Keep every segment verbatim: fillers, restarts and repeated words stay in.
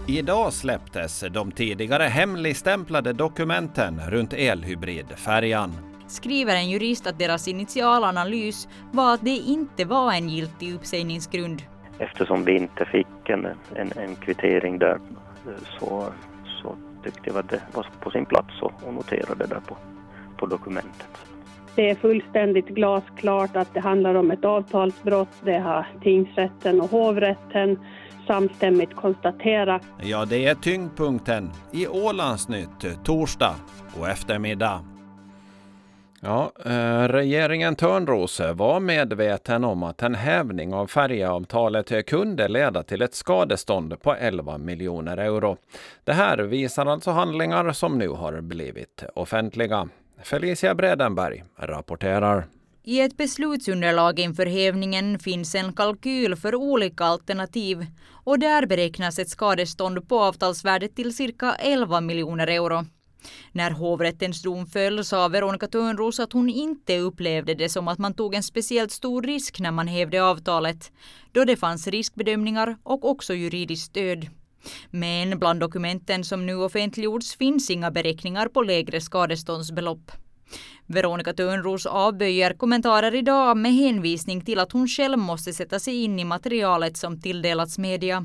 Idag släpptes de tidigare hemligstämplade dokumenten runt elhybridfärjan. Skriver en jurist att deras initialanalys var att det inte var en giltig uppsägningsgrund. Eftersom vi inte fick en, en, en kvittering där så, så tyckte jag att det var på sin plats att notera det där på, på dokumentet. Det är fullständigt glasklart att det handlar om ett avtalsbrott. Det har tingsrätten och hovrätten samstämmigt konstaterat. Ja, det är tyngdpunkten i Ålandsnytt torsdag och eftermiddag. Ja, eh, regeringen Törnros var medveten om att en hävning av färjeavtalet kunde leda till ett skadestånd på elva miljoner euro. Det här visar alltså handlingar som nu har blivit offentliga. Felicia Bredenberg rapporterar. I ett beslutsunderlag inför hävningen finns en kalkyl för olika alternativ och där beräknas ett skadestånd på avtalsvärdet till cirka elva miljoner euro. När hovrättens dom föll sa Veronica Törnros att hon inte upplevde det som att man tog en speciellt stor risk när man hävde avtalet, då det fanns riskbedömningar och också juridiskt stöd. Men bland dokumenten som nu offentliggjorts finns inga beräkningar på lägre skadeståndsbelopp. Veronica Törnros avböjer kommentarer idag med hänvisning till att hon själv måste sätta sig in i materialet som tilldelats media.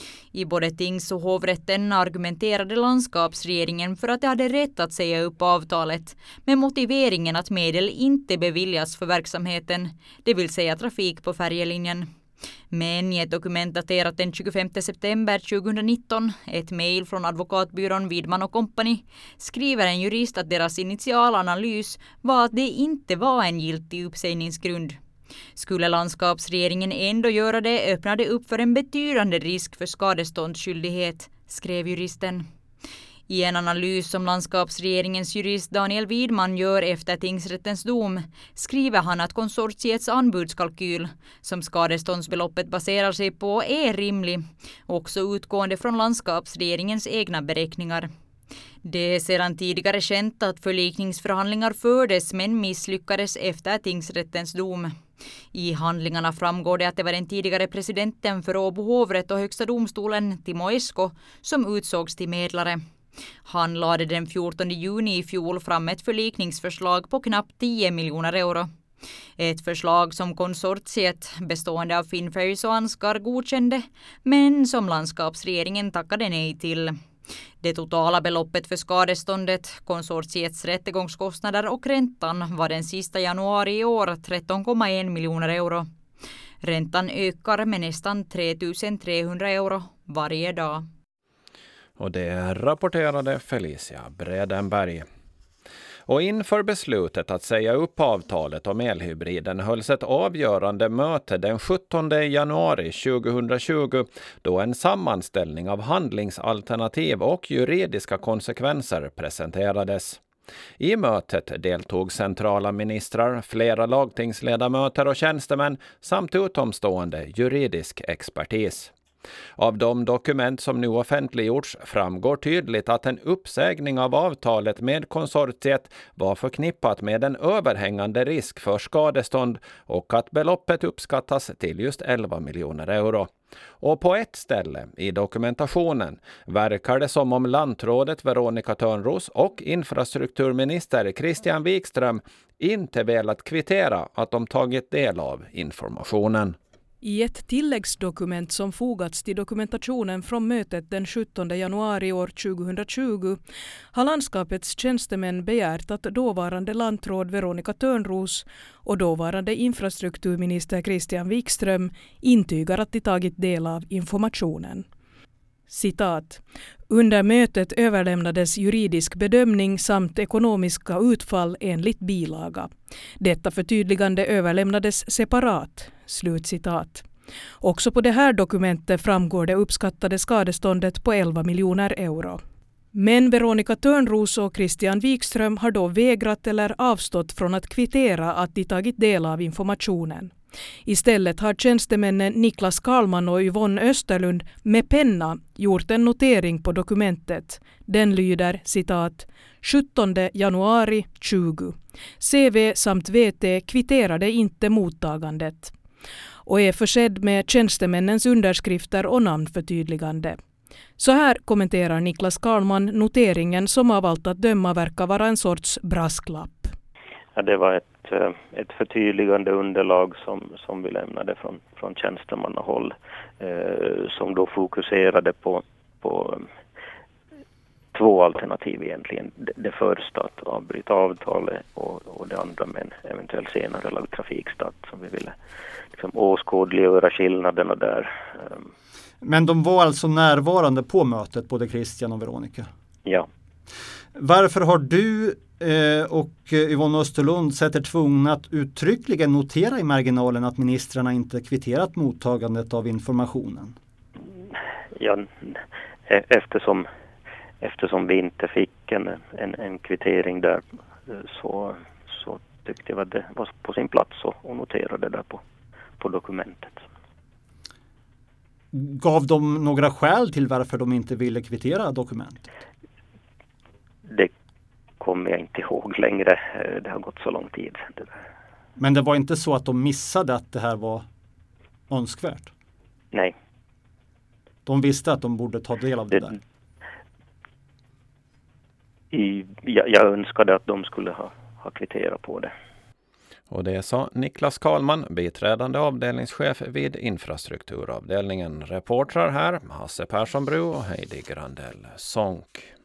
I både tings- och hovrätten argumenterade landskapsregeringen för att det hade rätt att säga upp avtalet med motiveringen att medel inte beviljas för verksamheten, det vill säga trafik på färjelinjen. Men i ett dokument daterat den tjugofemte september tjugonitton, ett mejl från advokatbyrån Widman och Company, skriver en jurist att deras initialanalys var att det inte var en giltig uppsägningsgrund. Skulle landskapsregeringen ändå göra det öppnar det upp för en betydande risk för skadeståndsskyldighet, skrev juristen. I en analys som landskapsregeringens jurist Daniel Widman gör efter tingsrättens dom skriver han att konsortiets anbudskalkyl, som skadeståndsbeloppet baserar sig på, är rimlig, också utgående från landskapsregeringens egna beräkningar. Det är sedan tidigare känt att förlikningsförhandlingar fördes men misslyckades efter tingsrättens dom. I handlingarna framgår det att det var den tidigare presidenten för Åbo hovrätt och högsta domstolen, Timo Esko, som utsågs till medlare. Han lade den fjortonde juni i fjol fram ett förlikningsförslag på knappt tio miljoner euro. Ett förslag som konsortiet bestående av Finnferries och Ansgar godkände, men som landskapsregeringen tackade nej till. Det totala beloppet för skadeståndet, konsortiets rättegångskostnader och räntan var den sista januari i år tretton komma en miljoner euro. Räntan ökar med nästan tre tusen trehundra euro varje dag. Och det rapporterade Felicia Bredenberg. Och inför beslutet att säga upp avtalet om elhybriden hölls ett avgörande möte den sjuttonde januari tjugohundratjugo då en sammanställning av handlingsalternativ och juridiska konsekvenser presenterades. I mötet deltog centrala ministrar, flera lagtingsledamöter och tjänstemän samt utomstående juridisk expertis. Av de dokument som nu offentliggjorts framgår tydligt att en uppsägning av avtalet med konsortiet var förknippat med en överhängande risk för skadestånd och att beloppet uppskattas till just elva miljoner euro. Och på ett ställe i dokumentationen verkar det som om lantrådet Veronica Törnros och infrastrukturminister Christian Wikström inte velat kvittera att de tagit del av informationen. I ett tilläggsdokument som fogats till dokumentationen från mötet den sjuttonde januari år tjugohundratjugo har landskapets tjänstemän begärt att dåvarande lantråd Veronica Törnros och dåvarande infrastrukturminister Christian Wikström intygar att de tagit del av informationen. Citat. Under mötet överlämnades juridisk bedömning samt ekonomiska utfall enligt bilaga. Detta förtydligande överlämnades separat. Slutcitat. Också på det här dokumentet framgår det uppskattade skadeståndet på elva miljoner euro. Men Veronica Törnros och Christian Wikström har då vägrat eller avstått från att kvittera att de tagit del av informationen. Istället har tjänstemännen Niklas Karlman och Yvonne Österlund med penna gjort en notering på dokumentet. Den lyder, citat, sjuttonde januari tjugo. C V samt V T kvitterade inte mottagandet och är försedd med tjänstemännens underskrifter och namnförtydligande. Så här kommenterar Niklas Karlman noteringen som av allt att döma verkar vara en sorts brasklapp. Ja, det var ett, ett förtydligande underlag som, som vi lämnade från, från tjänstemannahåll eh, som då fokuserade på, på två alternativ egentligen. Det, det första att avbryta avtalet och, och det andra med en eventuell senare lagd trafikstart som vi ville liksom åskådliggöra skillnaderna där. Men de var alltså närvarande på mötet, både Christian och Veronica? Ja. Varför har du eh, och Yvonne Österlund sett er tvungna att uttryckligen notera i marginalen att ministrarna inte kvitterat mottagandet av informationen? Ja, eftersom, eftersom vi inte fick en, en, en kvittering där så, så tyckte jag att det var på sin plats att notera det där på, på dokumentet. Gav de några skäl till varför de inte ville kvittera dokument? Det kommer jag inte ihåg längre. Det har gått så lång tid. Det där. Men det var inte så att de missade att det här var önskvärt? Nej. De visste att de borde ta del av det, det där? I, jag, jag önskade att de skulle ha, ha kvitterat på det. Och det sa Niklas Karlman, biträdande avdelningschef vid infrastrukturavdelningen. Reportrar här, Hasse Persson Bru och Heidi Grandell Sonk.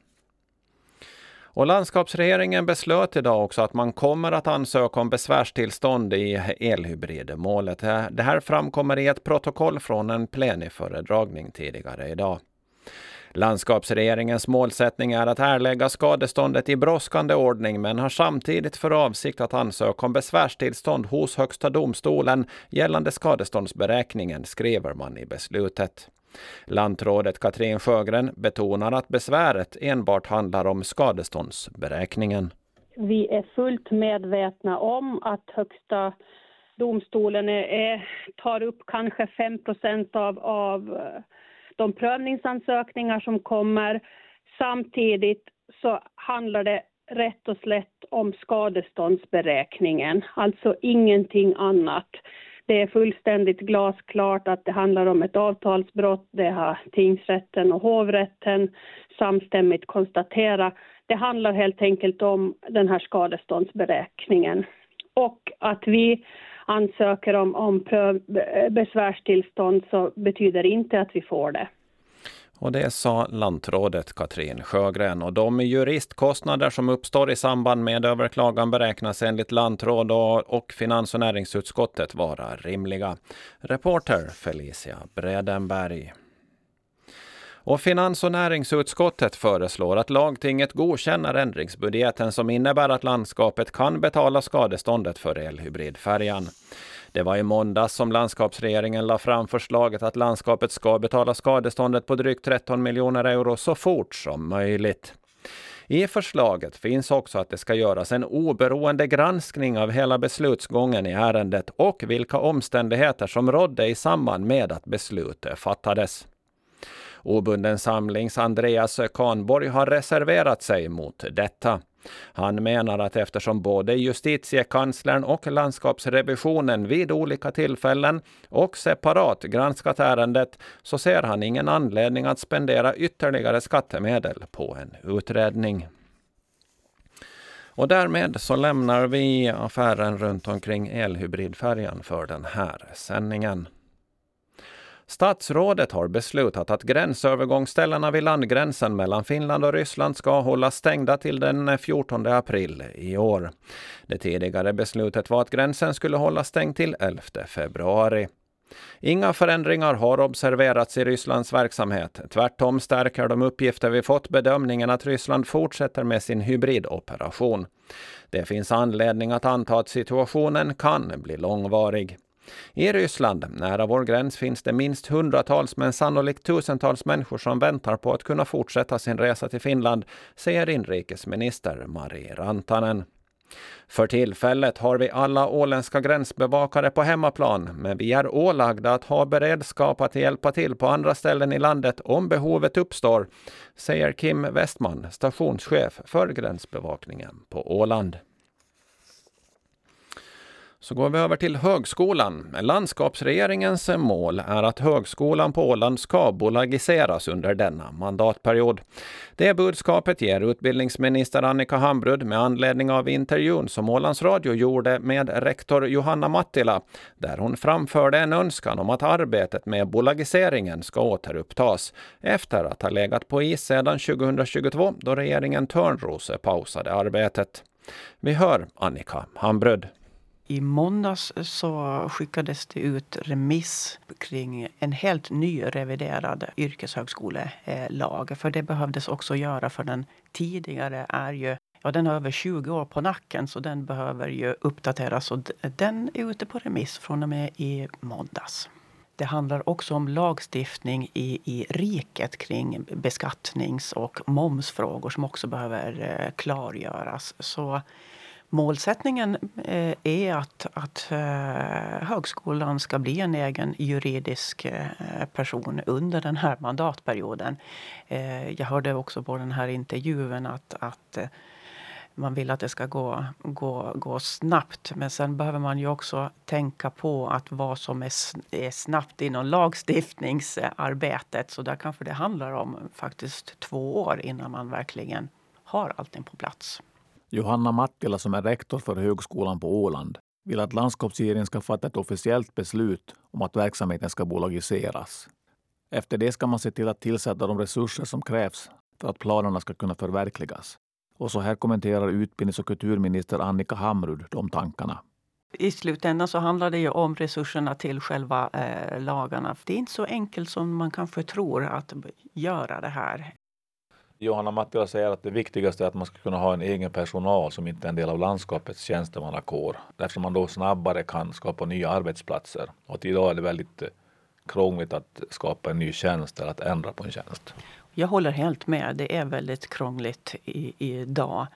Och landskapsregeringen beslöt idag också att man kommer att ansöka om besvärstillstånd i elhybridmålet. Det här framkommer i ett protokoll från en pleniföredragning tidigare idag. Landskapsregeringens målsättning är att erlägga skadeståndet i brådskande ordning, men har samtidigt för avsikt att ansöka om besvärstillstånd hos Högsta domstolen gällande skadeståndsberäkningen, skriver man i beslutet. Lantrådet Katrin Sjögren betonar att besväret enbart handlar om skadeståndsberäkningen. Vi är fullt medvetna om att Högsta domstolen är, är, tar upp kanske fem procent av, av de prövningsansökningar som kommer. Samtidigt så handlar det rätt och slätt om skadeståndsberäkningen, alltså ingenting annat. Det är fullständigt glasklart att det handlar om ett avtalsbrott. Det har tingsrätten och hovrätten samstämmigt konstaterat. Det handlar helt enkelt om den här skadeståndsberäkningen. Och att vi ansöker om, om pröv, besvärstillstånd så betyder inte att vi får det. Och det sa lantrådet Katrin Sjögren. Och de juristkostnader som uppstår i samband med överklagan beräknas enligt lantråd och finans- och näringsutskottet vara rimliga. Reporter Felicia Bredenberg. Och finans- och näringsutskottet föreslår att lagtinget godkänner ändringsbudgeten som innebär att landskapet kan betala skadeståndet för elhybridfärjan. Det var i måndags som landskapsregeringen la fram förslaget att landskapet ska betala skadeståndet på drygt tretton miljoner euro så fort som möjligt. I förslaget finns också att det ska göras en oberoende granskning av hela beslutsgången i ärendet och vilka omständigheter som rådde i samband med att beslutet fattades. Obunden samlings Andreas Kahnborg har reserverat sig mot detta. Han menar att eftersom både justitiekanslern och landskapsrevisionen vid olika tillfällen och separat granskat ärendet så ser han ingen anledning att spendera ytterligare skattemedel på en utredning. Och därmed så lämnar vi affären runt omkring elhybridfärjan för den här sändningen. Statsrådet har beslutat att gränsövergångsställena vid landgränsen mellan Finland och Ryssland ska hållas stängda till den fjortonde april i år. Det tidigare beslutet var att gränsen skulle hållas stängd till elfte februari. Inga förändringar har observerats i Rysslands verksamhet. Tvärtom stärker de uppgifter vi fått bedömningen att Ryssland fortsätter med sin hybridoperation. Det finns anledning att anta att situationen kan bli långvarig. I Ryssland, nära vår gräns, finns det minst hundratals men sannolikt tusentals människor som väntar på att kunna fortsätta sin resa till Finland, säger inrikesminister Mari Rantanen. För tillfället har vi alla åländska gränsbevakare på hemmaplan, men vi är ålagda att ha beredskap att hjälpa till på andra ställen i landet om behovet uppstår, säger Kim Westman, stationschef för gränsbevakningen på Åland. Så går vi över till högskolan. Landskapsregeringens mål är att högskolan på Åland ska bolagiseras under denna mandatperiod. Det budskapet ger utbildningsminister Annika Hambrud med anledning av intervjun som Ålands Radio gjorde med rektor Johanna Mattila, där hon framförde en önskan om att arbetet med bolagiseringen ska återupptas efter att ha legat på is sedan tjugohundratjugotvå då regeringen Törnrose pausade arbetet. Vi hör Annika Hambrud. I måndags så skickades det ut remiss kring en helt ny reviderad yrkeshögskolelag. För det behövdes också göra, för den tidigare är ju, ja, den har över tjugo år på nacken, så den behöver ju uppdateras, och den är ute på remiss från och med i måndags. Det handlar också om lagstiftning i, i riket kring beskattnings- och momsfrågor som också behöver eh, klargöras. Så målsättningen eh, är att, att eh, högskolan ska bli en egen juridisk eh, person under den här mandatperioden. Eh, jag hörde också på den här intervjun att, att eh, man vill att det ska gå, gå, gå snabbt. Men sen behöver man ju också tänka på att vad som är, är snabbt inom lagstiftningsarbetet. Så där kanske det handlar om faktiskt två år innan man verkligen har allting på plats. Johanna Mattila, som är rektor för högskolan på Åland, vill att landskapsregeringen ska fatta ett officiellt beslut om att verksamheten ska bolagiseras. Efter det ska man se till att tillsätta de resurser som krävs för att planerna ska kunna förverkligas. Och så här kommenterar utbildnings- och kulturminister Annika Hambrud de tankarna. I slutändan så handlar det ju om resurserna till själva eh, lagarna. Det är inte så enkelt som man kanske tror att göra det här. Johanna Mattila säger att det viktigaste är att man ska kunna ha en egen personal som inte är en del av landskapets tjänstemannakår. Eftersom man då snabbare kan skapa nya arbetsplatser. Och att idag är det väldigt krångligt att skapa en ny tjänst eller att ändra på en tjänst. Jag håller helt med. Det är väldigt krångligt i, idag.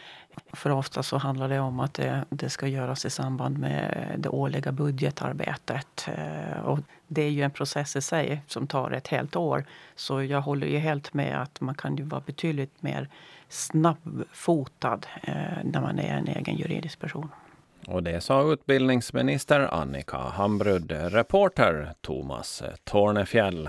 För ofta så handlar det om att det, det ska göras i samband med det årliga budgetarbetet. Och det är ju en process i sig som tar ett helt år. Så jag håller ju helt med att man kan ju vara betydligt mer snabbfotad när man är en egen juridisk person. Och det sa utbildningsminister Annika Hambrud, reporter Thomas Tornefjäll.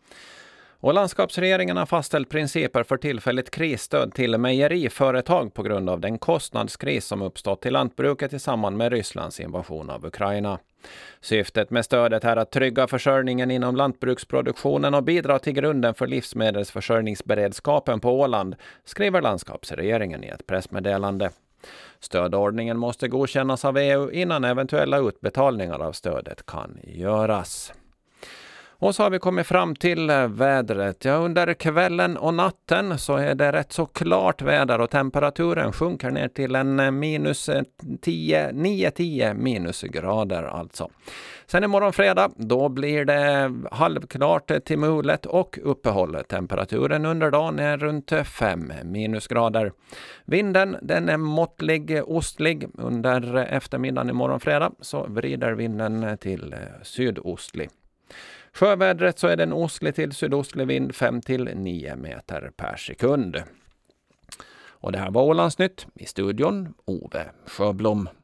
Och landskapsregeringen har fastställt principer för tillfälligt krisstöd till mejeriföretag på grund av den kostnadskris som uppstått i lantbruket i samband med Rysslands invasion av Ukraina. Syftet med stödet är att trygga försörjningen inom lantbruksproduktionen och bidra till grunden för livsmedelsförsörjningsberedskapen på Åland, skriver landskapsregeringen i ett pressmeddelande. Stödordningen måste godkännas av E U innan eventuella utbetalningar av stödet kan göras. Och så har vi kommit fram till vädret. Ja, under kvällen och natten så är det rätt så klart väder och temperaturen sjunker ner till en minus tio, nio tio minusgrader alltså. Sen imorgon fredag, då blir det halvklart till mulet och uppehåll. Temperaturen under dagen är runt fem minusgrader. Vinden, den är måttlig ostlig. Under eftermiddagen imorgon fredag så vrider vinden till sydostlig. Sjövädret så är det en ostlig till sydostlig vind fem till nio meter per sekund. Och det här var Ålandsnytt, i studion Ove Sjöblom.